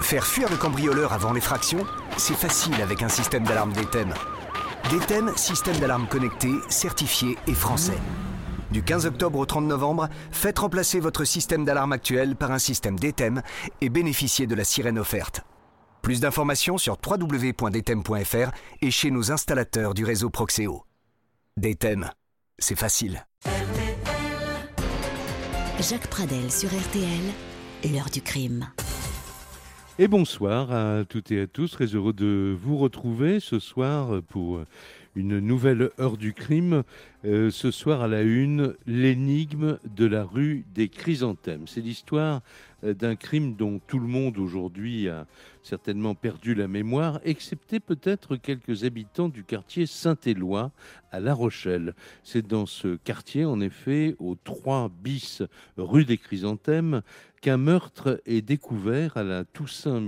Faire fuir le cambrioleur avant l'effraction, c'est facile avec un système d'alarme DTEM. DTEM, système d'alarme connecté, certifié et français. Du 15 octobre au 30 novembre, faites remplacer votre système d'alarme actuel par un système DTEM et bénéficiez de la sirène offerte. Plus d'informations sur www.dtem.fr et chez nos installateurs du réseau Proxéo. DTEM, c'est facile. Jacques Pradel sur RTL, l'heure du crime. Et bonsoir à toutes et à tous, très heureux de vous retrouver ce soir pour une nouvelle heure du crime. Ce soir à la une, l'énigme de la rue des Chrysanthèmes. C'est l'histoire d'un crime dont tout le monde aujourd'hui a certainement perdu la mémoire, excepté peut-être quelques habitants du quartier Saint-Éloi à La Rochelle. C'est dans ce quartier, en effet, au 3 bis rue des Chrysanthèmes, qu'un meurtre est découvert à la Toussaint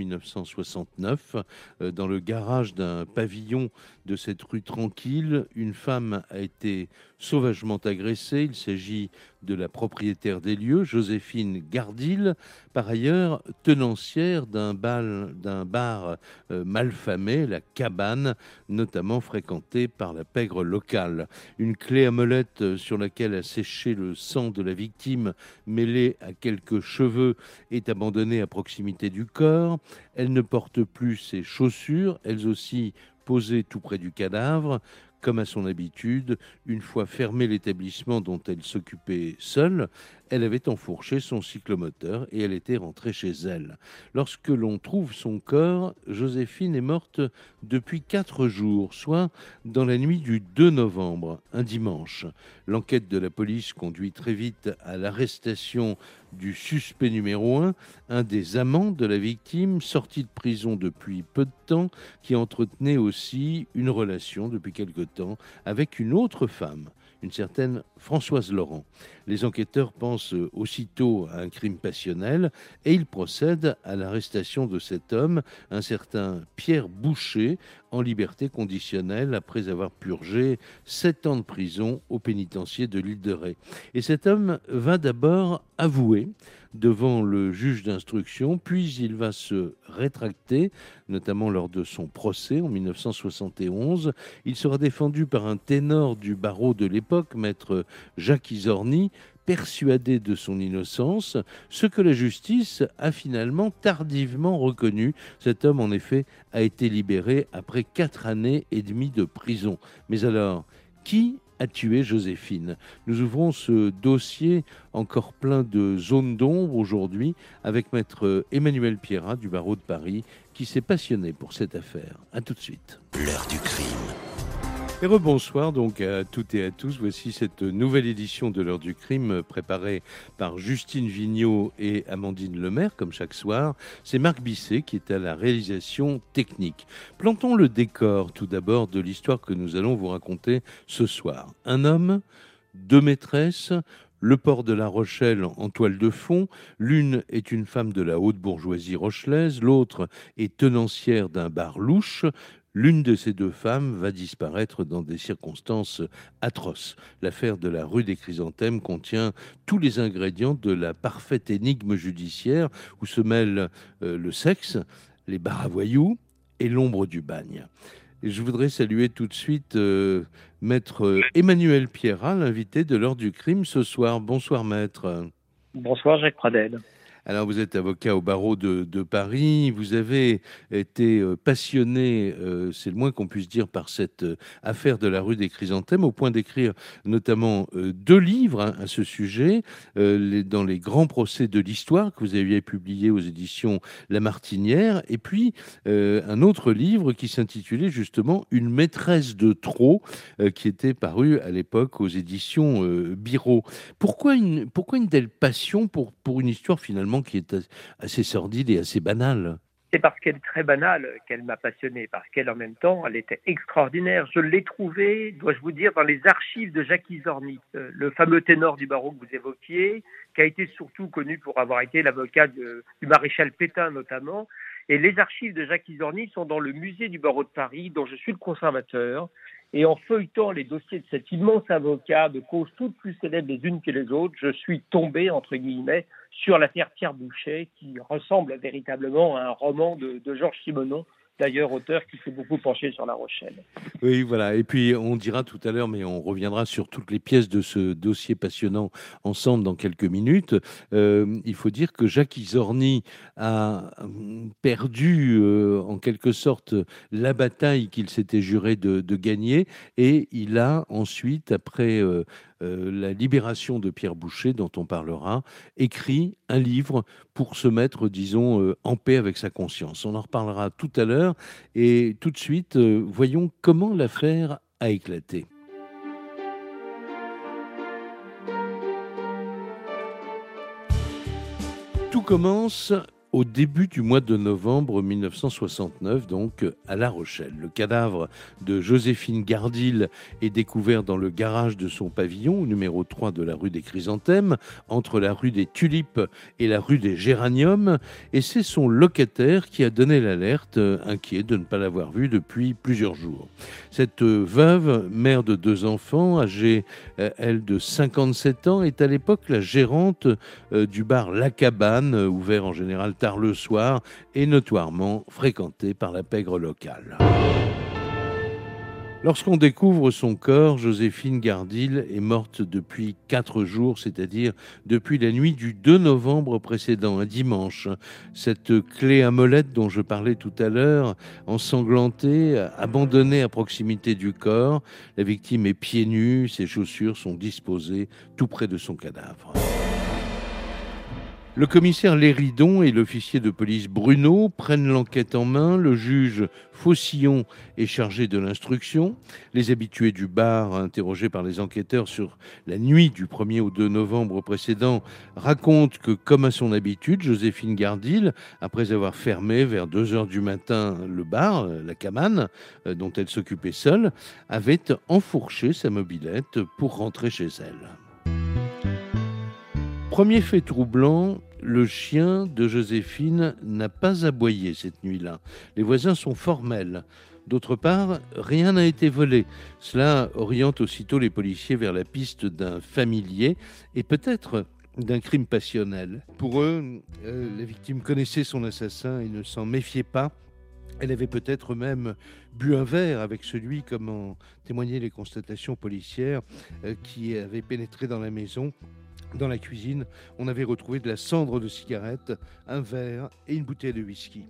1969 dans le garage d'un pavillon de cette rue tranquille. Une femme a été sauvagement agressée. Il s'agit de la propriétaire des lieux, Joséphine Gardil, par ailleurs tenancière d'un bar malfamé, la Cabane, notamment fréquenté par la pègre locale. Une clé à molette sur laquelle a séché le sang de la victime, mêlée à quelques cheveux, est abandonnée à proximité du corps. Elle ne porte plus ses chaussures, elles aussi posées tout près du cadavre. Comme à son habitude, une fois fermé l'établissement dont elle s'occupait seule, elle avait enfourché son cyclomoteur et elle était rentrée chez elle. Lorsque l'on trouve son corps, Joséphine est morte depuis 4 jours, soit dans la nuit du 2 novembre, un dimanche. L'enquête de la police conduit très vite à l'arrestation du suspect numéro 1, un des amants de la victime, sorti de prison depuis peu de temps, qui entretenait aussi une relation depuis quelque temps avec une autre femme, une certaine Françoise Laurent. Les enquêteurs pensent aussitôt à un crime passionnel et ils procèdent à l'arrestation de cet homme, un certain Pierre Boucher, en liberté conditionnelle après avoir purgé 7 ans de prison au pénitencier de l'île de Ré. Et cet homme va d'abord avouer devant le juge d'instruction, puis il va se rétracter, notamment lors de son procès en 1971. Il sera défendu par un ténor du barreau de l'époque, maître Jacques Izorni, persuadé de son innocence, ce que la justice a finalement tardivement reconnu. Cet homme, en effet, a été libéré après 4 années et demie de prison. Mais alors, qui a tué Joséphine? Nous ouvrons ce dossier encore plein de zones d'ombre aujourd'hui avec maître Emmanuel Pierrat du barreau de Paris qui s'est passionné pour cette affaire. A tout de suite. L'heure du crime. Et rebonsoir donc à toutes et à tous. Voici cette nouvelle édition de l'heure du crime préparée par Justine Vignot et Amandine Lemaire, comme chaque soir. C'est Marc Bisset qui est à la réalisation technique. Plantons le décor tout d'abord de l'histoire que nous allons vous raconter ce soir. Un homme, 2 maîtresses, le port de La Rochelle en toile de fond. L'une est une femme de la haute bourgeoisie rochelaise, l'autre est tenancière d'un bar louche. L'une de ces 2 femmes va disparaître dans des circonstances atroces. L'affaire de la rue des Chrysanthèmes contient tous les ingrédients de la parfaite énigme judiciaire où se mêlent le sexe, les bars à voyous et l'ombre du bagne. Et je voudrais saluer tout de suite maître Emmanuel Pierrat, l'invité de l'heure du crime ce soir. Bonsoir maître. Bonsoir Jacques Pradel. Alors vous êtes avocat au barreau de Paris, vous avez été passionné, c'est le moins qu'on puisse dire, par cette affaire de la rue des Chrysanthèmes, au point d'écrire notamment 2 livres à ce sujet, dans les grands procès de l'histoire que vous aviez publié aux éditions La Martinière, et puis un autre livre qui s'intitulait justement Une maîtresse de trop, qui était paru à l'époque aux éditions Biro. Pourquoi une telle passion pour une histoire finalement qui est assez sordide et assez banale? C'est parce qu'elle est très banale qu'elle m'a passionné, parce qu'elle, en même temps, elle était extraordinaire. Je l'ai trouvée, dois-je vous dire, dans les archives de Jacques Izorni, le fameux ténor du barreau que vous évoquiez, qui a été surtout connu pour avoir été l'avocat du maréchal Pétain notamment. Et les archives de Jacques Izorni sont dans le musée du barreau de Paris, dont je suis le conservateur. Et en feuilletant les dossiers de cet immense avocat de causes toutes plus célèbres les unes que les autres, je suis tombé, entre guillemets, sur l'affaire Pierre Bouchet, qui ressemble véritablement à un roman de Georges Simenon, d'ailleurs auteur qui s'est beaucoup penché sur La Rochelle. Oui, voilà. Et puis, on dira tout à l'heure, mais on reviendra sur toutes les pièces de ce dossier passionnant ensemble dans quelques minutes. Il faut dire que Jacques Izorni a perdu, en quelque sorte, la bataille qu'il s'était juré de gagner. Et il a ensuite, après la libération de Pierre Bouchet, dont on parlera, écrit un livre pour se mettre, disons, en paix avec sa conscience. On en reparlera tout à l'heure. Et tout de suite, voyons comment l'affaire a éclaté. Tout commence au début du mois de novembre 1969, donc à La Rochelle. Le cadavre de Joséphine Gardil est découvert dans le garage de son pavillon, au numéro 3 de la rue des Chrysanthèmes, entre la rue des Tulipes et la rue des Géraniums. Et c'est son locataire qui a donné l'alerte, inquiet de ne pas l'avoir vue depuis plusieurs jours. Cette veuve, mère de 2 enfants, âgée, elle, de 57 ans, est à l'époque la gérante du bar La Cabane, ouvert en général tard le soir et notoirement fréquenté par la pègre locale. Lorsqu'on découvre son corps, Joséphine Gardil est morte depuis 4 jours, c'est-à-dire depuis la nuit du 2 novembre précédent, un dimanche. Cette clé à molette dont je parlais tout à l'heure, ensanglantée, abandonnée à proximité du corps, la victime est pieds nus, ses chaussures sont disposées tout près de son cadavre. Le commissaire Léridon et l'officier de police Bruno prennent l'enquête en main. Le juge Faucillon est chargé de l'instruction. Les habitués du bar, interrogés par les enquêteurs sur la nuit du 1er au 2 novembre précédent, racontent que, comme à son habitude, Joséphine Gardil, après avoir fermé vers 2 heures du matin le bar, la Cabane, dont elle s'occupait seule, avait enfourché sa mobilette pour rentrer chez elle. Premier fait troublant, le chien de Joséphine n'a pas aboyé cette nuit-là. Les voisins sont formels. D'autre part, rien n'a été volé. Cela oriente aussitôt les policiers vers la piste d'un familier et peut-être d'un crime passionnel. Pour eux, la victime connaissait son assassin et ne s'en méfiait pas. Elle avait peut-être même bu un verre avec celui, comme en témoignaient les constatations policières, qui avait pénétré dans la maison. Dans la cuisine, on avait retrouvé de la cendre de cigarette, un verre et une bouteille de whisky.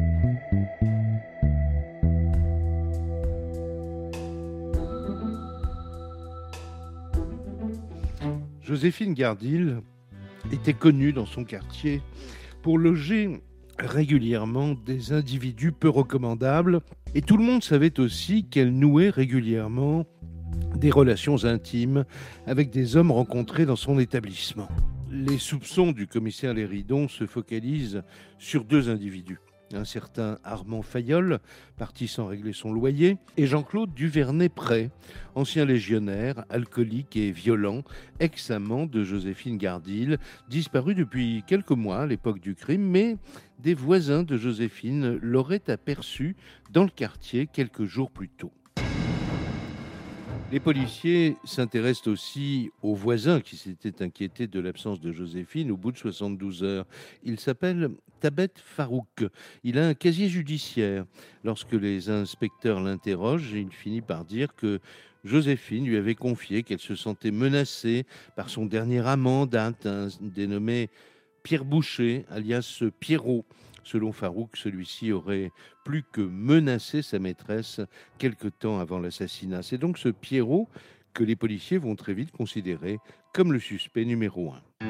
Joséphine Gardil était connue dans son quartier pour loger régulièrement des individus peu recommandables, et tout le monde savait aussi qu'elle nouait régulièrement des relations intimes avec des hommes rencontrés dans son établissement. Les soupçons du commissaire Léridon se focalisent sur 2 individus. Un certain Armand Fayolle, parti sans régler son loyer, et Jean-Claude Duvernay-Pré, ancien légionnaire, alcoolique et violent, ex-amant de Joséphine Gardil, disparu depuis quelques mois à l'époque du crime, mais des voisins de Joséphine l'auraient aperçu dans le quartier quelques jours plus tôt. Les policiers s'intéressent aussi aux voisins qui s'étaient inquiétés de l'absence de Joséphine au bout de 72 heures. Il s'appelle Tabet Farouk. Il a un casier judiciaire. Lorsque les inspecteurs l'interrogent, il finit par dire que Joséphine lui avait confié qu'elle se sentait menacée par son dernier amant, un dénommé Pierre Bouchet, alias Pierrot. Selon Farouk, celui-ci aurait plus que menacé sa maîtresse quelque temps avant l'assassinat. C'est donc ce Pierrot que les policiers vont très vite considérer comme le suspect numéro 1.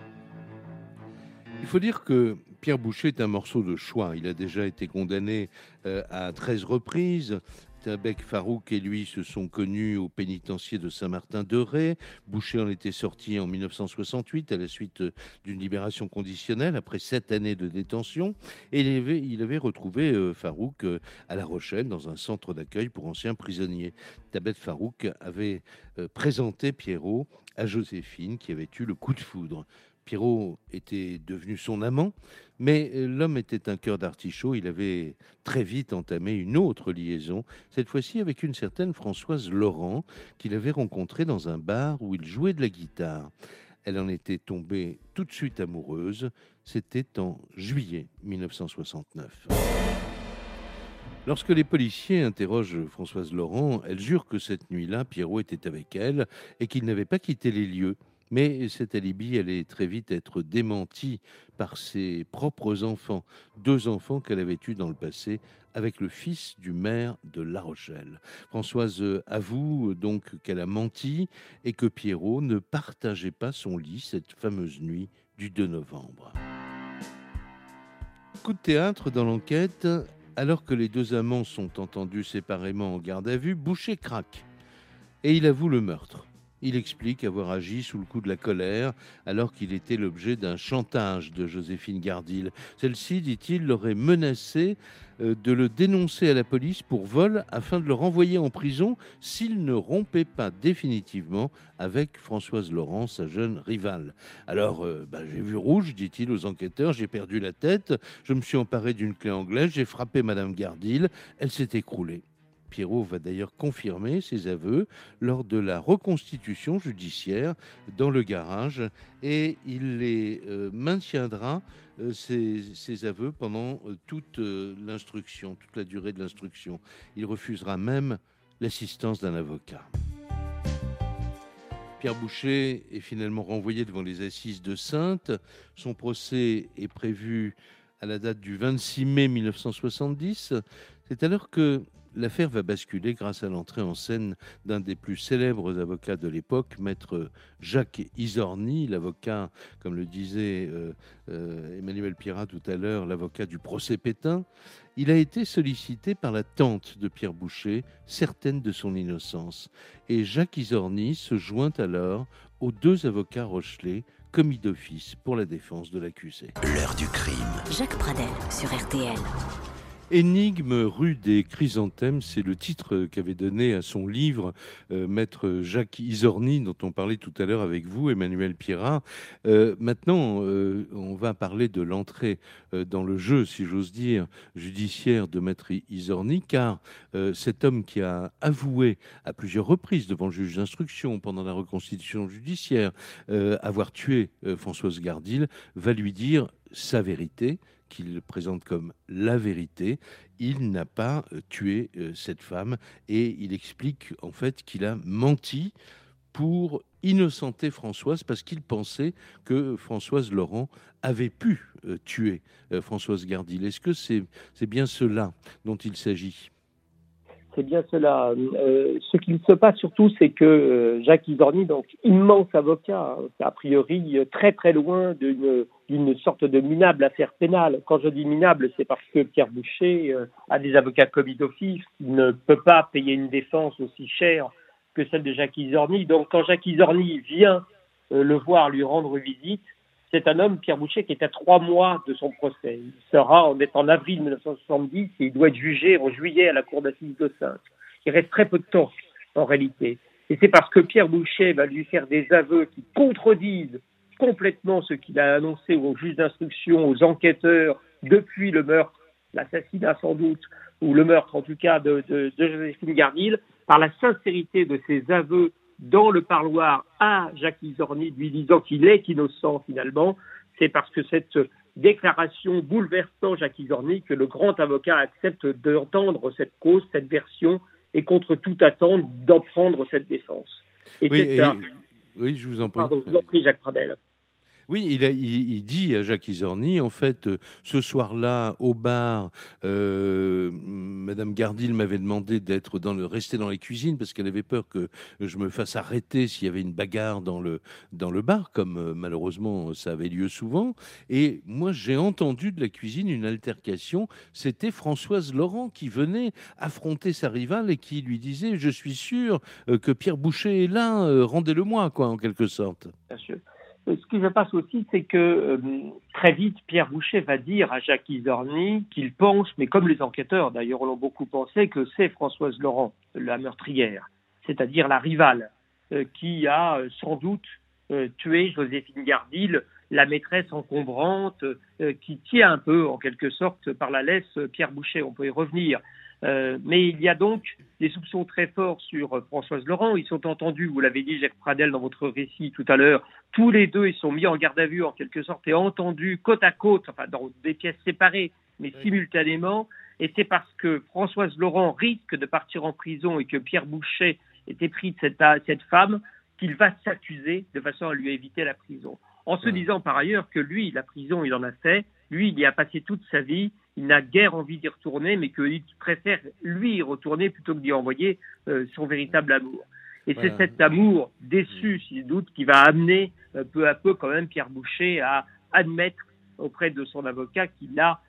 Il faut dire que Pierre Bouchet est un morceau de choix. Il a déjà été condamné à 13 reprises. Tabet Farouk et lui se sont connus au pénitencier de Saint-Martin-de-Ré. Bouchet en était sorti en 1968 à la suite d'une libération conditionnelle après 7 années de détention. Et il avait retrouvé Farouk à La Rochelle dans un centre d'accueil pour anciens prisonniers. Tabet Farouk avait présenté Pierrot à Joséphine qui avait eu le coup de foudre. Pierrot était devenu son amant, mais l'homme était un cœur d'artichaut. Il avait très vite entamé une autre liaison, cette fois-ci avec une certaine Françoise Laurent, qu'il avait rencontrée dans un bar où il jouait de la guitare. Elle en était tombée tout de suite amoureuse. C'était en juillet 1969. Lorsque les policiers interrogent Françoise Laurent, elle jure que cette nuit-là, Pierrot était avec elle et qu'il n'avait pas quitté les lieux. Mais cet alibi allait très vite être démenti par ses propres enfants, 2 enfants qu'elle avait eus dans le passé avec le fils du maire de La Rochelle. Françoise avoue donc qu'elle a menti et que Pierrot ne partageait pas son lit cette fameuse nuit du 2 novembre. Coup de théâtre dans l'enquête, alors que les 2 amants sont entendus séparément en garde à vue, Boucher craque et il avoue le meurtre. Il explique avoir agi sous le coup de la colère alors qu'il était l'objet d'un chantage de Joséphine Gardil. Celle-ci, dit-il, l'aurait menacé de le dénoncer à la police pour vol afin de le renvoyer en prison s'il ne rompait pas définitivement avec Françoise Laurent, sa jeune rivale. Alors, j'ai vu rouge, dit-il aux enquêteurs, j'ai perdu la tête, je me suis emparé d'une clé anglaise, j'ai frappé Madame Gardil, elle s'est écroulée. Pierrot va d'ailleurs confirmer ses aveux lors de la reconstitution judiciaire dans le garage et il les maintiendra, ces aveux, pendant toute l'instruction, toute la durée de l'instruction. Il refusera même l'assistance d'un avocat. Pierre Boucher est finalement renvoyé devant les assises de Saintes. Son procès est prévu à la date du 26 mai 1970. C'est alors que l'affaire va basculer grâce à l'entrée en scène d'un des plus célèbres avocats de l'époque, maître Jacques Izorni, l'avocat, comme le disait Emmanuel Pierrat tout à l'heure, l'avocat du procès Pétain. Il a été sollicité par la tante de Pierre Boucher, certaine de son innocence. Et Jacques Izorni se joint alors aux 2 avocats Rochelet, commis d'office pour la défense de l'accusé. L'heure du crime. Jacques Pradel sur RTL. Énigme rue des Chrysanthèmes, c'est le titre qu'avait donné à son livre maître Jacques Izorni, dont on parlait tout à l'heure avec vous, Emmanuel Pierrat. Maintenant, on va parler de l'entrée dans le jeu, si j'ose dire, judiciaire de maître Izorni, car cet homme qui a avoué à plusieurs reprises devant le juge d'instruction pendant la reconstitution judiciaire avoir tué Françoise Gardil, va lui dire sa vérité, qu'il présente comme la vérité. Il n'a pas tué cette femme et il explique en fait qu'il a menti pour innocenter Françoise parce qu'il pensait que Françoise Laurent avait pu tuer Françoise Gardil. Est-ce que c'est bien cela dont il s'agit ? C'est bien cela. Ce qu'il se passe surtout, c'est que Jacques Izorni, donc immense avocat, a priori très très loin d'une sorte de minable affaire pénale. Quand je dis minable, c'est parce que Pierre Boucher a des avocats commis d'office, il ne peut pas payer une défense aussi chère que celle de Jacques Izorni. Donc quand Jacques Izorni vient le voir, lui rendre visite, c'est un homme, Pierre Boucher, qui est à 3 mois de son procès. Il sera, on est en avril 1970, et il doit être jugé en juillet à la cour d'assises de Saintes. Il reste très peu de temps, en réalité. Et c'est parce que Pierre Boucher va lui faire des aveux qui contredisent complètement ce qu'il a annoncé aux juges d'instruction, aux enquêteurs, depuis le meurtre, l'assassinat sans doute, ou le meurtre en tout cas de Joséphine Gardil, par la sincérité de ses aveux dans le parloir à Jacques Izorni, lui disant qu'il est innocent finalement. C'est parce que cette déclaration bouleversant Jacques Izorni que le grand avocat accepte d'entendre cette cause, cette version, et contre toute attente d'en prendre cette défense. Et oui, je vous en prie. Pardon, je vous en prie, Jacques Pradel. Oui, il dit à Jacques Izorni, en fait, ce soir-là, au bar, Madame Gardil m'avait demandé rester dans les cuisines parce qu'elle avait peur que je me fasse arrêter s'il y avait une bagarre dans le bar, comme malheureusement ça avait lieu souvent. Et moi, j'ai entendu de la cuisine une altercation. C'était Françoise Laurent qui venait affronter sa rivale et qui lui disait « Je suis sûr que Pierre Boucher est là, rendez-le-moi », quoi, en quelque sorte. Bien sûr. Ce qui se passe aussi, c'est que très vite, Pierre Boucher va dire à Jacques Izorni qu'il pense, mais comme les enquêteurs d'ailleurs l'ont beaucoup pensé, que c'est Françoise Laurent, la meurtrière, c'est-à-dire la rivale, qui a sans doute tué Joséphine Gardil la maîtresse encombrante qui tient un peu, en quelque sorte, par la laisse Pierre Boucher. On peut y revenir. Mais il y a donc des soupçons très forts sur Françoise Laurent. Ils sont entendus, vous l'avez dit, Jacques Pradel, dans votre récit tout à l'heure. Tous les deux, ils sont mis en garde à vue, en quelque sorte, et entendus côte à côte, enfin dans des pièces séparées, mais simultanément. Et c'est parce que Françoise Laurent risque de partir en prison et que Pierre Boucher était pris de cette femme qu'il va s'accuser de façon à lui éviter la prison. En se disant par ailleurs que lui, la prison, il en a fait. Lui, il y a passé toute sa vie. Il n'a guère envie d'y retourner, mais qu'il préfère, lui, y retourner plutôt que d'y envoyer son véritable amour. Et c'est cet amour déçu, sans doute, qui va amener peu à peu quand même Pierre Boucher à admettre auprès de son avocat qu'il a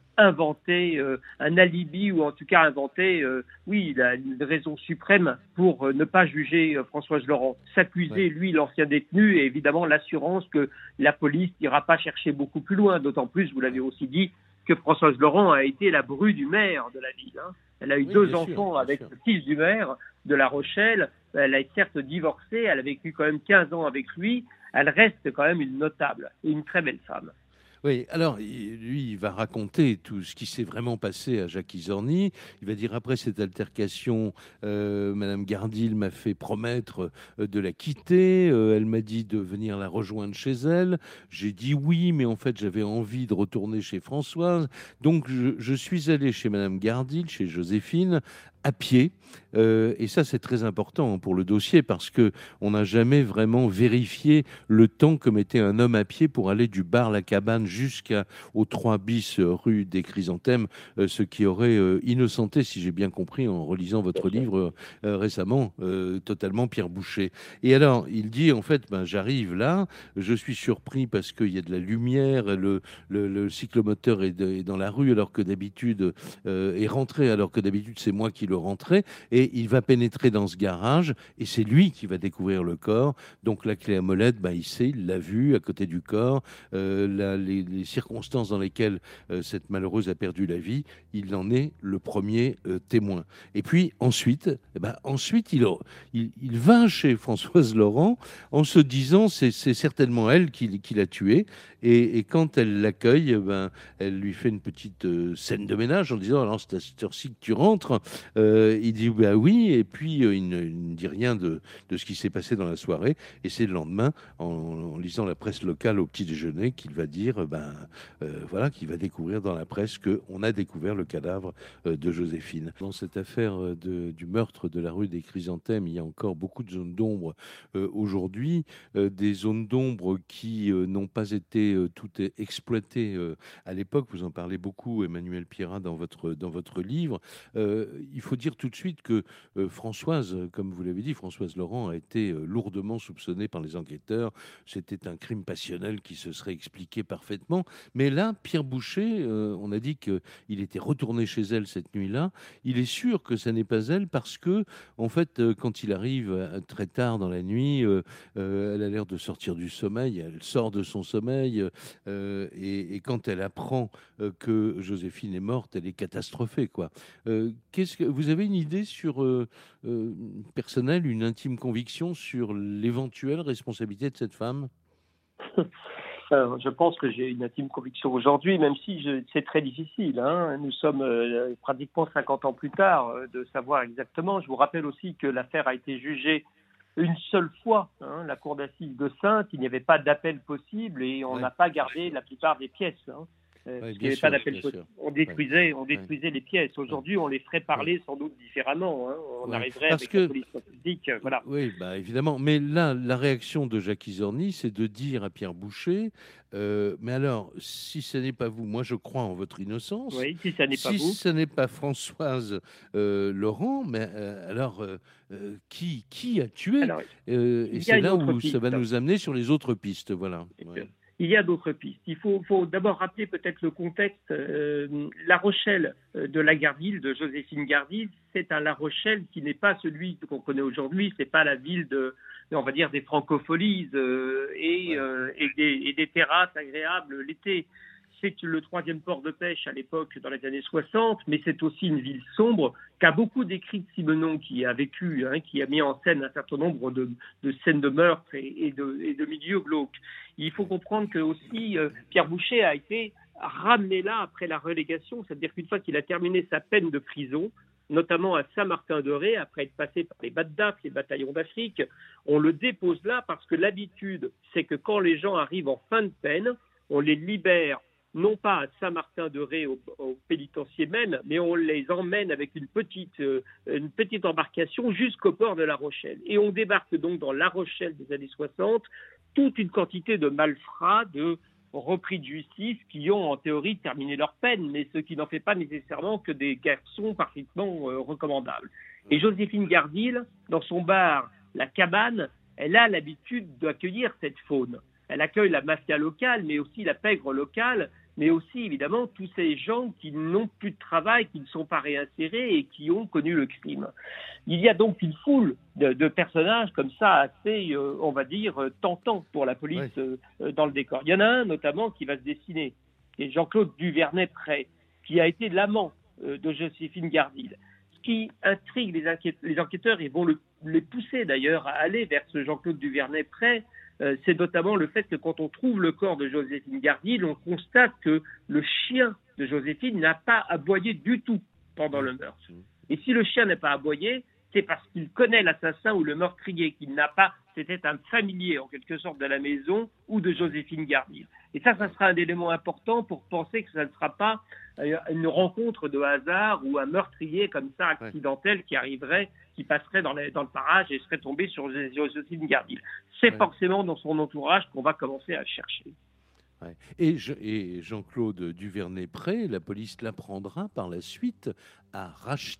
inventé un alibi, ou en tout cas inventé, il a une raison suprême pour ne pas juger Françoise Laurent. S'accuser, lui, l'ancien détenu, et évidemment l'assurance que la police n'ira pas chercher beaucoup plus loin, d'autant plus, vous l'avez aussi dit, que Françoise Laurent a été la bru du maire de la ville. Elle a eu deux enfants avec le fils du maire de La Rochelle. Elle a certes divorcé, elle a vécu quand même 15 ans avec lui. Elle reste quand même une notable et une très belle femme. Oui, alors lui, il va raconter tout ce qui s'est vraiment passé à Jacques Izorni. Il va dire après cette altercation, Madame Gardil m'a fait promettre de la quitter. Elle m'a dit de venir la rejoindre chez elle. J'ai dit oui, mais en fait j'avais envie de retourner chez Françoise. Donc je suis allé chez Madame Gardil, chez Joséphine, à pied. Et ça, c'est très important pour le dossier parce que on n'a jamais vraiment vérifié le temps que mettait un homme à pied pour aller du bar La Cabane jusqu'au 3 bis rue des Chrysanthèmes, ce qui aurait innocenté, si j'ai bien compris en relisant votre livre récemment, totalement Pierre Boucher. Et alors, il dit, en fait, j'arrive là, je suis surpris parce qu'il y a de la lumière, le cyclomoteur est dans la rue alors que d'habitude est rentré, alors que d'habitude c'est moi qui le rentrais, et il va pénétrer dans ce garage et c'est lui qui va découvrir le corps. Donc la clé à molette, il sait, il l'a vu à côté du corps, les circonstances dans lesquelles cette malheureuse a perdu la vie, il en est le premier témoin. Et puis ensuite il va chez Françoise Laurent en se disant c'est certainement elle qui l'a tué, et quand elle l'accueille, elle lui fait une petite scène de ménage en disant alors c'est à cette heure-ci que tu rentres. Il dit oui, et puis il ne dit rien de ce qui s'est passé dans la soirée, et c'est le lendemain en lisant la presse locale au petit déjeuner qu'il va dire qu'il va découvrir dans la presse qu'on a découvert le cadavre de Joséphine. Dans cette affaire du meurtre de la rue des Chrysanthèmes, il y a encore beaucoup de zones d'ombre aujourd'hui, des zones d'ombre qui n'ont pas été toutes exploitées à l'époque. Vous en parlez beaucoup, Emmanuel Pierrat, dans votre livre. Il faut dire tout de suite que Françoise, comme vous l'avez dit, Françoise Laurent a été lourdement soupçonnée par les enquêteurs. C'était un crime passionnel qui se serait expliqué parfaitement. Mais là, Pierre Boucher, on a dit qu'il était retourné chez elle cette nuit-là. Il est sûr que ça n'est pas elle parce que, en fait, quand il arrive très tard dans la nuit, elle a l'air de sortir du sommeil. Elle sort de son sommeil et quand elle apprend que Joséphine est morte, elle est catastrophée, quoi. Qu'est-ce que vous avez une idée sur personnelle, une intime conviction sur l'éventuelle responsabilité de cette femme? Je pense que j'ai une intime conviction aujourd'hui, même si c'est très difficile. Nous sommes pratiquement 50 ans plus tard de savoir exactement. Je vous rappelle aussi que l'affaire a été jugée une seule fois, la cour d'assises de Saintes. Il n'y avait pas d'appel possible et on n'a pas gardé la plupart des pièces. Parce qu'il n'y avait pas d'appel possible. On détruisait les pièces. Aujourd'hui, on les ferait parler sans doute différemment. On arriverait avec la police scientifique. Voilà. Oui, évidemment. Mais là, la réaction de Jacques Izorni, c'est de dire à Pierre Boucher, mais alors, si ce n'est pas vous, moi je crois en votre innocence. Oui, si ce n'est pas vous. Si ce n'est pas Françoise Laurent, mais alors, qui a tué? Et c'est là où ça va nous amener sur les autres pistes. Voilà. Il y a d'autres pistes. Il faut d'abord rappeler peut-être le contexte. La Rochelle de la Gardil, de Joséphine Gardil, c'est un La Rochelle qui n'est pas celui qu'on connaît aujourd'hui. C'est pas la ville on va dire, des francopholies et des terrasses agréables l'été. c'est le troisième port de pêche à l'époque, dans les années 60, mais c'est aussi une ville sombre qu'a beaucoup décrite Simenon, qui a vécu, qui a mis en scène un certain nombre de scènes de meurtre et de milieux glauques. Il faut comprendre que aussi Pierre Boucher a été ramené là après la relégation, c'est-à-dire qu'une fois qu'il a terminé sa peine de prison, notamment à Saint-Martin-de-Ré, après être passé par les BATDAF, les bataillons d'Afrique, on le dépose là parce que l'habitude, c'est que quand les gens arrivent en fin de peine, on les libère non pas à Saint-Martin-de-Ré au pénitencier même, mais on les emmène avec une petite embarcation jusqu'au port de La Rochelle. Et on débarque donc dans La Rochelle des années 60 toute une quantité de malfrats, de repris de justice qui ont en théorie terminé leur peine, mais ce qui n'en fait pas nécessairement que des garçons parfaitement recommandables. Et Joséphine Gardil, dans son bar La Cabane, elle a l'habitude d'accueillir cette faune. Elle accueille la mafia locale, mais aussi la pègre locale, mais aussi évidemment tous ces gens qui n'ont plus de travail, qui ne sont pas réinsérés et qui ont connu le crime. Il y a donc une foule de personnages comme ça assez, on va dire, tentants pour la police dans le décor. Il y en a un notamment qui va se dessiner, c'est Jean-Claude Duvernay-Prey, qui a été l'amant de Joséphine Gardil. Ce qui intrigue les enquêteurs et vont les pousser d'ailleurs à aller vers ce Jean-Claude Duvernay-Prey, c'est notamment le fait que quand on trouve le corps de Joséphine Gardil, on constate que le chien de Joséphine n'a pas aboyé du tout pendant le meurtre. Et si le chien n'a pas aboyé, c'est parce qu'il connaît l'assassin ou le meurtrier, qu'il n'a pas, c'était un familier en quelque sorte de la maison ou de Joséphine Gardil. Et ça sera un élément important pour penser que ça ne sera pas une rencontre de hasard ou un meurtrier comme ça accidentel qui arriverait, qui passerait dans le parage et serait tombé sur Joséphine Gardil. C'est forcément dans son entourage qu'on va commencer à chercher. Ouais. Et Jean-Claude Duvernay-Prey, la police l'apprendra par la suite à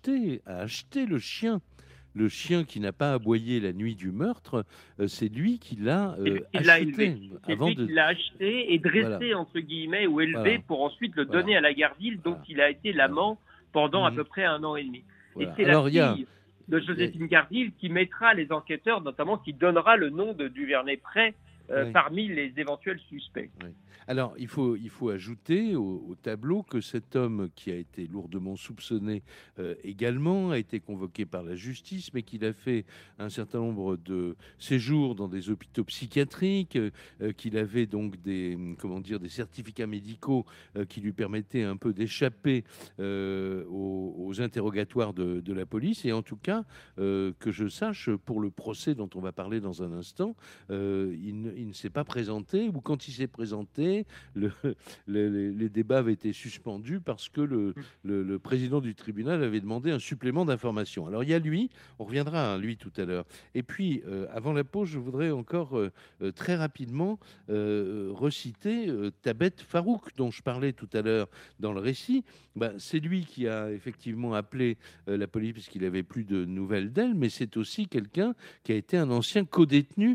acheter le chien. Le chien qui n'a pas aboyé la nuit du meurtre, c'est lui qui l'a acheté. C'est lui qui l'a acheté et dressé, entre guillemets, ou élevé pour ensuite le donner à la Gardil, dont il a été l'amant pendant à peu près 1 an et demi. Et c'est la fille de Joséphine Gardil qui mettra les enquêteurs, notamment qui donnera le nom de Duvernay-Prey parmi les éventuels suspects. Oui. Alors, il faut ajouter au tableau que cet homme qui a été lourdement soupçonné également a été convoqué par la justice, mais qu'il a fait un certain nombre de séjours dans des hôpitaux psychiatriques, qu'il avait donc des certificats médicaux qui lui permettaient un peu d'échapper aux interrogatoires de la police. Et en tout cas, que je sache, pour le procès dont on va parler dans un instant, il ne s'est pas présenté, ou quand il s'est présenté, les débats avaient été suspendus parce que le président du tribunal avait demandé un supplément d'information. Alors il y a lui, on reviendra à lui tout à l'heure. Et puis, avant la pause, je voudrais encore très rapidement reciter Thabet Farouk, dont je parlais tout à l'heure dans le récit. C'est lui qui a effectivement appelé la police puisqu'il n'avait plus de nouvelles d'elle, mais c'est aussi quelqu'un qui a été un ancien codétenu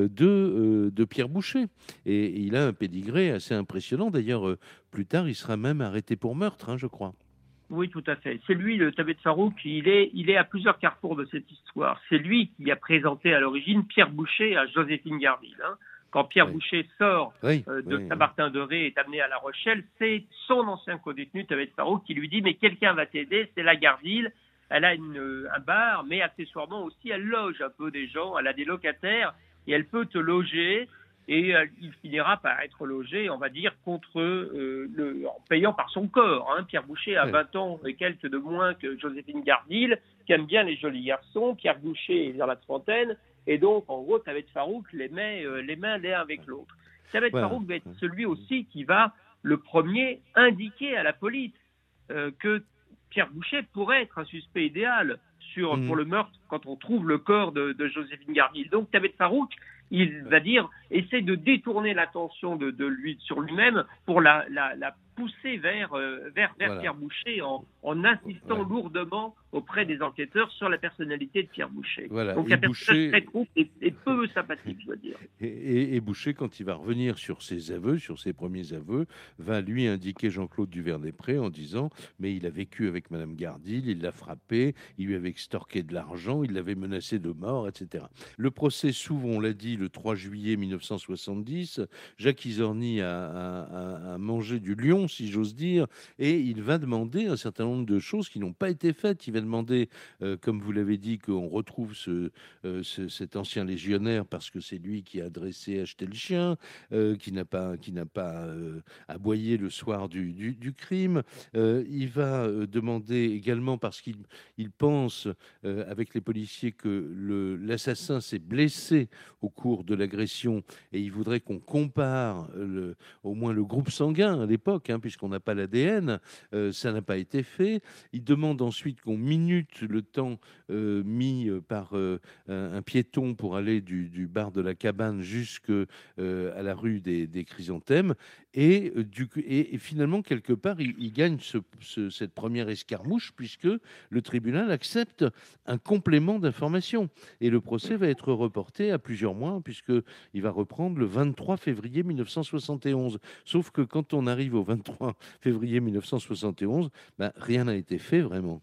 de Pierre Boucher. Et il a un pédigré assez impressionnant. D'ailleurs, plus tard, il sera même arrêté pour meurtre, je crois. Oui, tout à fait. C'est lui, le Thabet Farouk, il est à plusieurs carrefours de cette histoire. C'est lui qui a présenté à l'origine Pierre Boucher à Joséphine Gardil. Quand Pierre Boucher sort de Saint-Martin-de-Ré et est amené à La Rochelle, c'est son ancien codétenu, Thabet Farouk, qui lui dit « Mais quelqu'un va t'aider, c'est la Gardil. Elle a un bar, mais accessoirement aussi, elle loge un peu des gens, elle a des locataires et elle peut te loger. » Et il finira par être logé, on va dire, en payant par son corps. Pierre Boucher a 20 ans et quelques de moins que Joséphine Gardil, qui aime bien les jolis garçons. Pierre Boucher est dans la trentaine. Et donc, en gros, Thabet Farouk les met les mains l'un avec l'autre. Thabet Farouk va être celui aussi qui va, le premier, indiquer à la police que Pierre Boucher pourrait être un suspect idéal pour le meurtre quand on trouve le corps de Joséphine Gardil. Donc, Thabet Farouk, il va essaie de détourner l'attention de lui sur lui-même pour la poussé vers Voilà. Pierre Boucher en insistant lourdement auprès des enquêteurs sur la personnalité de Pierre Boucher. Voilà. Donc Et un personnage Boucher, très trouble et peu sympathique, je dois dire. et Boucher, quand il va revenir sur ses aveux, sur ses premiers aveux, va lui indiquer Jean-Claude Duvernay-Pré en disant mais il a vécu avec Madame Gardil, il l'a frappé, il lui avait extorqué de l'argent, il l'avait menacé de mort, etc. Le procès s'ouvre, on l'a dit, le 3 juillet 1970. Jacques Izorni a mangé du lion, si j'ose dire, et il va demander un certain nombre de choses qui n'ont pas été faites. Il va demander, comme vous l'avez dit, qu'on retrouve cet ancien légionnaire parce que c'est lui qui a dressé acheter le chien, qui n'a pas aboyé le soir du crime. Il va demander également parce qu'il pense avec les policiers que l'assassin s'est blessé au cours de l'agression et il voudrait qu'on compare au moins le groupe sanguin à l'époque, hein, puisqu'on n'a pas l'ADN. Ça n'a pas été fait. Il demande ensuite qu'on minute le temps mis par un piéton pour aller du bar de la Cabane jusqu'à la rue des Chrysanthèmes. Et finalement, quelque part, il gagne cette première escarmouche puisque le tribunal accepte un complément d'information. Et le procès va être reporté à plusieurs mois puisqu'il va reprendre le 23 février 1971. Sauf que quand on arrive au 23 février 1971, ben, rien n'a été fait vraiment.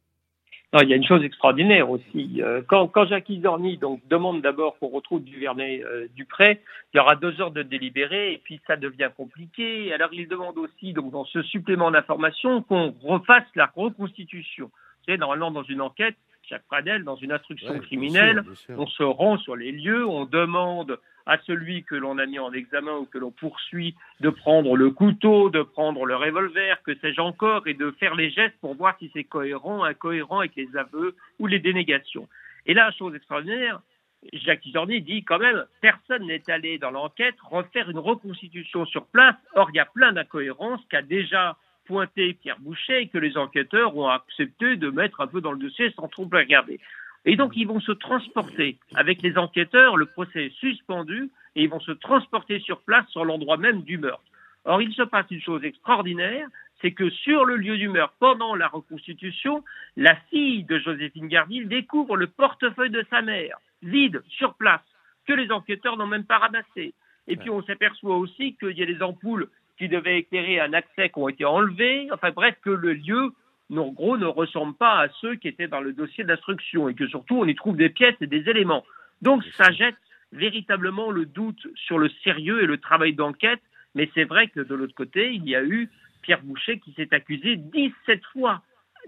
Non, il y a une chose extraordinaire aussi. Quand Jacques Izorni donc demande d'abord qu'on retrouve Duvernay-Pré, il y aura 2 heures de délibéré et puis ça devient compliqué. Alors il demande aussi donc dans ce supplément d'information qu'on refasse la reconstitution. Vous savez, normalement dans une enquête, Jacques Pradel, dans une instruction criminelle, bien sûr. on se rend sur les lieux, on demande à celui que l'on a mis en examen ou que l'on poursuit de prendre le couteau, de prendre le revolver, que sais-je encore, et de faire les gestes pour voir si c'est cohérent, incohérent avec les aveux ou les dénégations. Et là, chose extraordinaire, Jacques Izorni dit quand même, personne n'est allé dans l'enquête refaire une reconstitution sur place. Or, il y a plein d'incohérences qu'a déjà pointé Pierre Boucher et que les enquêteurs ont accepté de mettre un peu dans le dossier sans trop le regarder. Et donc, ils vont se transporter avec les enquêteurs, le procès est suspendu, et ils vont se transporter sur place sur l'endroit même du meurtre. Or, il se passe une chose extraordinaire, c'est que sur le lieu du meurtre, pendant la reconstitution, la fille de Joséphine Gardil découvre le portefeuille de sa mère, vide, sur place, que les enquêteurs n'ont même pas ramassé. Et puis, on s'aperçoit aussi qu'il y a des ampoules qui devaient éclairer un accès qui ont été enlevées. Enfin bref, que le lieu en gros, ne ressemblent pas à ceux qui étaient dans le dossier d'instruction et que surtout, on y trouve des pièces et des éléments. Donc, ça jette véritablement le doute sur le sérieux et le travail d'enquête. Mais c'est vrai que de l'autre côté, il y a eu Pierre Boucher qui s'est accusé 17 fois.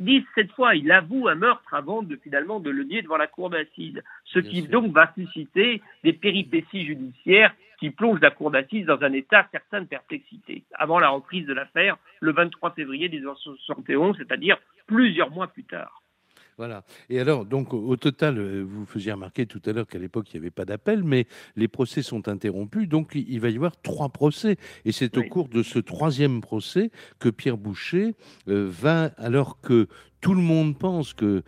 17 fois, il avoue un meurtre avant finalement de le nier devant la cour d'assises. Ce qui donc va susciter des péripéties judiciaires qui plongent la cour d'assises dans un état certain de perplexité. Avant la reprise de l'affaire, le 23 février 1971, c'est-à-dire plusieurs mois plus tard. Voilà. Et alors, donc, au total, vous faisiez remarquer tout à l'heure qu'à l'époque, il n'y avait pas d'appel, mais les procès sont interrompus. Donc, il va y avoir 3 procès. Et c'est au cours de ce 3e procès que Pierre Boucher va, alors que tout le monde pense que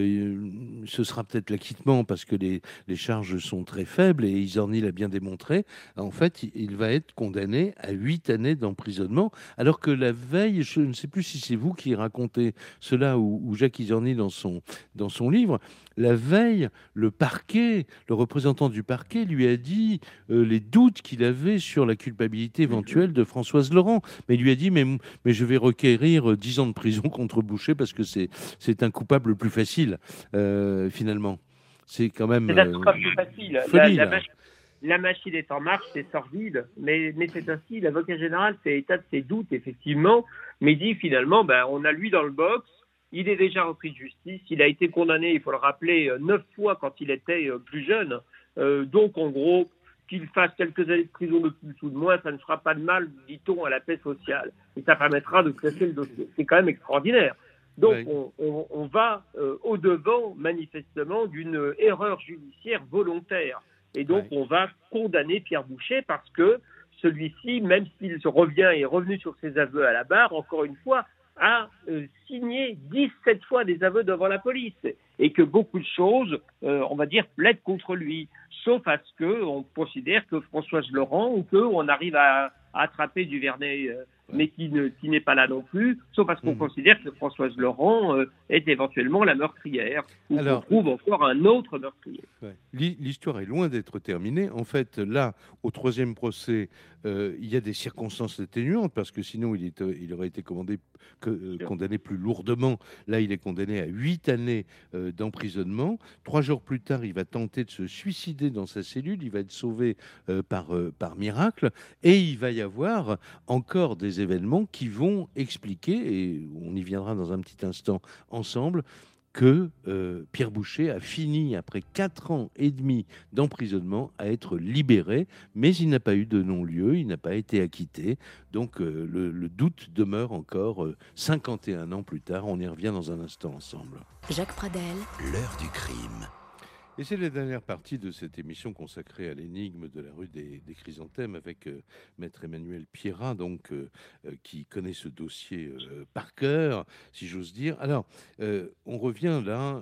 ce sera peut-être l'acquittement parce que les charges sont très faibles et Izorni l'a bien démontré. En fait, il va être condamné à 8 années d'emprisonnement, alors que la veille, je ne sais plus si c'est vous qui racontez cela ou Jacques Izorni dans son livre, la veille, le représentant du parquet lui a dit les doutes qu'il avait sur la culpabilité éventuelle de Françoise Laurent. Mais il lui a dit, mais je vais requérir 10 ans de prison contre Boucher parce que c'est un coupable plus facile, finalement. C'est quand même c'est un coupable plus facile. Folie, la machine est en marche, c'est sordide, mais c'est ainsi. L'avocat général fait état de ses doutes, effectivement, mais dit finalement, on a lui dans le box. Il est déjà repris de justice. Il a été condamné, il faut le rappeler, 9 fois quand il était plus jeune. Donc, en gros, qu'il fasse quelques années de prison de plus ou de moins, ça ne fera pas de mal, dit-on, à la paix sociale. Et ça permettra de classer le dossier. C'est quand même extraordinaire. Donc, on va au-devant, manifestement, d'une erreur judiciaire volontaire. Et donc, on va condamner Pierre Boucher parce que celui-ci, même s'il est revenu sur ses aveux à la barre, encore une fois, a signé 17 fois des aveux devant la police et que beaucoup de choses, on va dire, plaident contre lui, sauf à ce qu'on considère que Françoise Laurent ou qu'on arrive à attraper mais qui n'est pas là non plus, sauf parce qu'on considère que Françoise Laurent est éventuellement la meurtrière, ou qu'on trouve encore un autre meurtrier. Ouais. L'histoire est loin d'être terminée. En fait, là, au troisième procès, il y a des circonstances atténuantes, parce que sinon il aurait été condamné plus lourdement. Là, il est condamné à 8 années d'emprisonnement. 3 jours plus tard, il va tenter de se suicider dans sa cellule. Il va être sauvé par miracle. Et il va y avoir encore des événements qui vont expliquer, et on y viendra dans un petit instant ensemble, que Pierre Boucher a fini, après 4 ans et demi d'emprisonnement, à être libéré, mais il n'a pas eu de non-lieu, il n'a pas été acquitté. Donc le doute demeure encore 51 ans plus tard. On y revient dans un instant ensemble. Jacques Pradel, L'heure du crime. Et c'est la dernière partie de cette émission consacrée à l'énigme de la rue des Chrysanthèmes avec maître Emmanuel Pierrat, donc, qui connaît ce dossier par cœur, si j'ose dire. Alors, on revient là,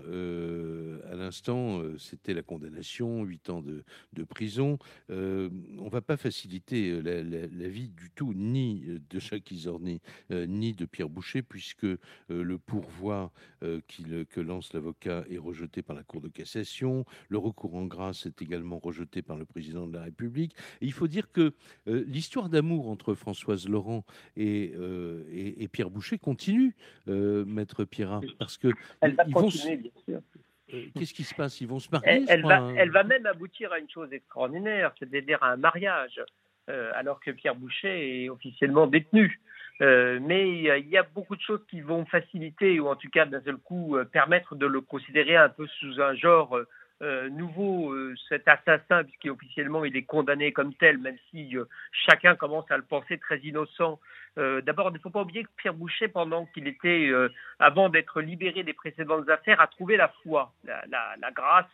à l'instant, c'était la condamnation, 8 ans de prison. On ne va pas faciliter la vie du tout, ni de Jacques Izorni, ni de Pierre Boucher, puisque le pourvoi que lance l'avocat est rejeté par la Cour de cassation. Le recours en grâce est également rejeté par le président de la République. Et il faut dire que l'histoire d'amour entre Françoise Laurent et Pierre Boucher continue, maître Pierrat, parce que elle va continuer, bien sûr. Qu'est-ce qui se passe? Ils vont se marier? Elle va même aboutir à une chose extraordinaire, c'est-à-dire à un mariage, alors que Pierre Boucher est officiellement détenu. Mais il y a beaucoup de choses qui vont faciliter, ou en tout cas d'un seul coup permettre de le considérer un peu sous un genre nouveau, cet assassin, puisqu'officiellement il est condamné comme tel, même si chacun commence à le penser très innocent. D'abord, il ne faut pas oublier que Pierre Boucher, pendant qu'il était, avant d'être libéré des précédentes affaires, a trouvé la foi, la grâce,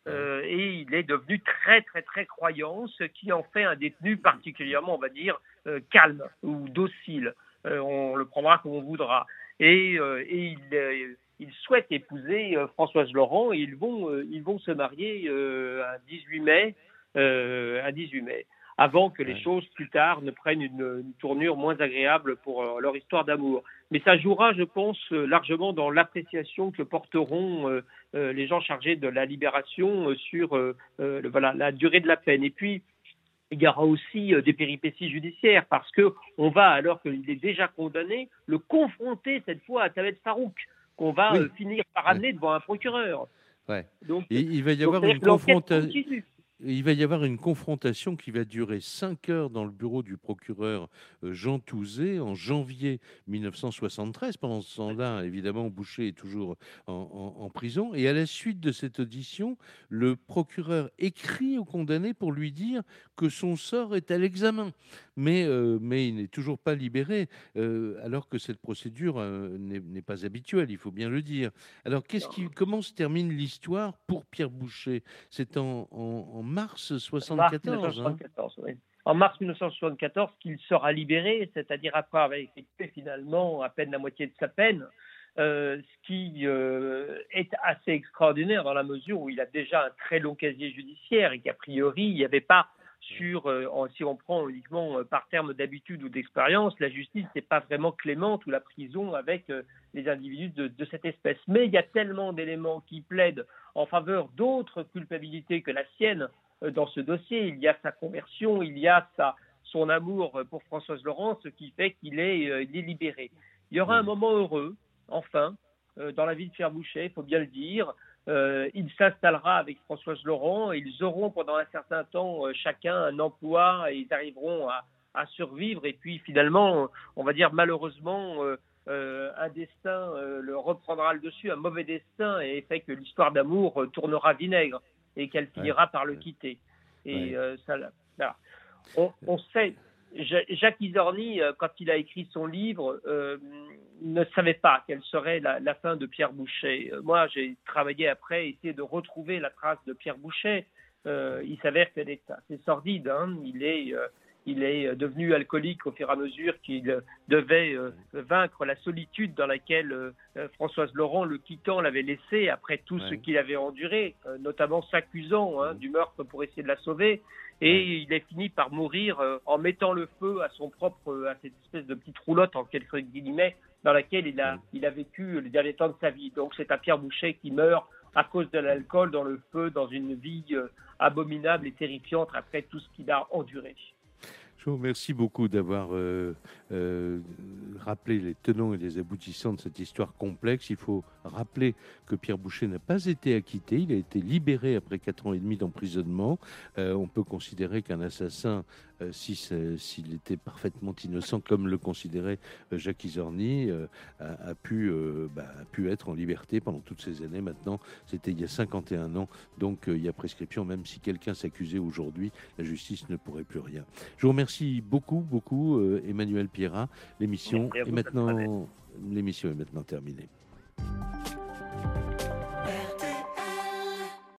et il est devenu très très très croyant, ce qui en fait un détenu particulièrement, on va dire, calme ou docile. On le prendra comme on voudra. Et il souhaite épouser Françoise Laurent, et ils vont se marier un 18 mai, avant que les choses plus tard ne prennent une tournure moins agréable pour leur histoire d'amour. Mais ça jouera, je pense, largement dans l'appréciation que porteront les gens chargés de la libération sur la durée de la peine. Et puis, il y aura aussi des péripéties judiciaires, parce qu'on va, alors qu'il est déjà condamné, le confronter cette fois à Thabet Farouk, qu'on va finir par amener devant un procureur. Ouais. Donc, il va y avoir une confrontation qui va durer 5 heures dans le bureau du procureur Jean Touzé en janvier 1973. Pendant ce temps-là, évidemment, Boucher est toujours en prison. Et à la suite de cette audition, le procureur écrit au condamné pour lui dire que son sort est à l'examen. Mais il n'est toujours pas libéré, alors que cette procédure n'est pas habituelle, il faut bien le dire. Alors, comment se termine l'histoire pour Pierre Boucher? C'est en mars 1974. Oui. En mars 1974 qu'il sera libéré, c'est-à-dire après avoir effectué finalement à peine la moitié de sa peine, ce qui est assez extraordinaire dans la mesure où il a déjà un très long casier judiciaire et qu'a priori il n'y avait pas si on prend uniquement par terme d'habitude ou d'expérience, la justice n'est pas vraiment clémente, ou la prison, avec les individus de cette espèce. Mais il y a tellement d'éléments qui plaident en faveur d'autres culpabilités que la sienne dans ce dossier. Il y a sa conversion, il y a son amour pour Françoise Laurent, ce qui fait qu'il est libéré. Il y aura un moment heureux, enfin, dans la vie de Pierre Boucher, il faut bien le dire. Il s'installera avec Françoise Laurent, et ils auront pendant un certain temps chacun un emploi, et ils arriveront à survivre. Et puis finalement, on va dire malheureusement, un destin le reprendra le dessus, un mauvais destin, et fait que l'histoire d'amour tournera vinaigre et qu'elle finira par le quitter. Et on sait, Jacques Izorni, quand il a écrit son livre, ne savait pas quelle serait la fin de Pierre Boucher. Moi, j'ai travaillé après, essayé de retrouver la trace de Pierre Boucher. Il s'avère qu'elle est assez sordide. Il est devenu alcoolique au fur et à mesure qu'il devait vaincre la solitude dans laquelle Françoise Laurent, le quittant, l'avait laissé après tout ce qu'il avait enduré, notamment s'accusant du meurtre pour essayer de la sauver. Et il a fini par mourir en mettant le feu à à cette espèce de petite roulotte, en quelques guillemets, dans laquelle il a vécu les derniers temps de sa vie. Donc c'est un Pierre Bouchet qui meurt à cause de l'alcool, dans le feu, dans une vie abominable et terrifiante après tout ce qu'il a enduré. Je vous remercie beaucoup d'avoir rappelé les tenants et les aboutissants de cette histoire complexe. Il faut rappeler que Pierre Bouchet n'a pas été acquitté. Il a été libéré après 4 ans et demi d'emprisonnement. On peut considérer qu'un assassin, s'il était parfaitement innocent, comme le considérait Jacques Izorni, a pu être en liberté pendant toutes ces années. Maintenant, c'était il y a 51 ans. Donc, il y a prescription. Même si quelqu'un s'accusait aujourd'hui, la justice ne pourrait plus rien. Je vous remercie beaucoup, Emmanuel Pierrat. L'émission est maintenant terminée.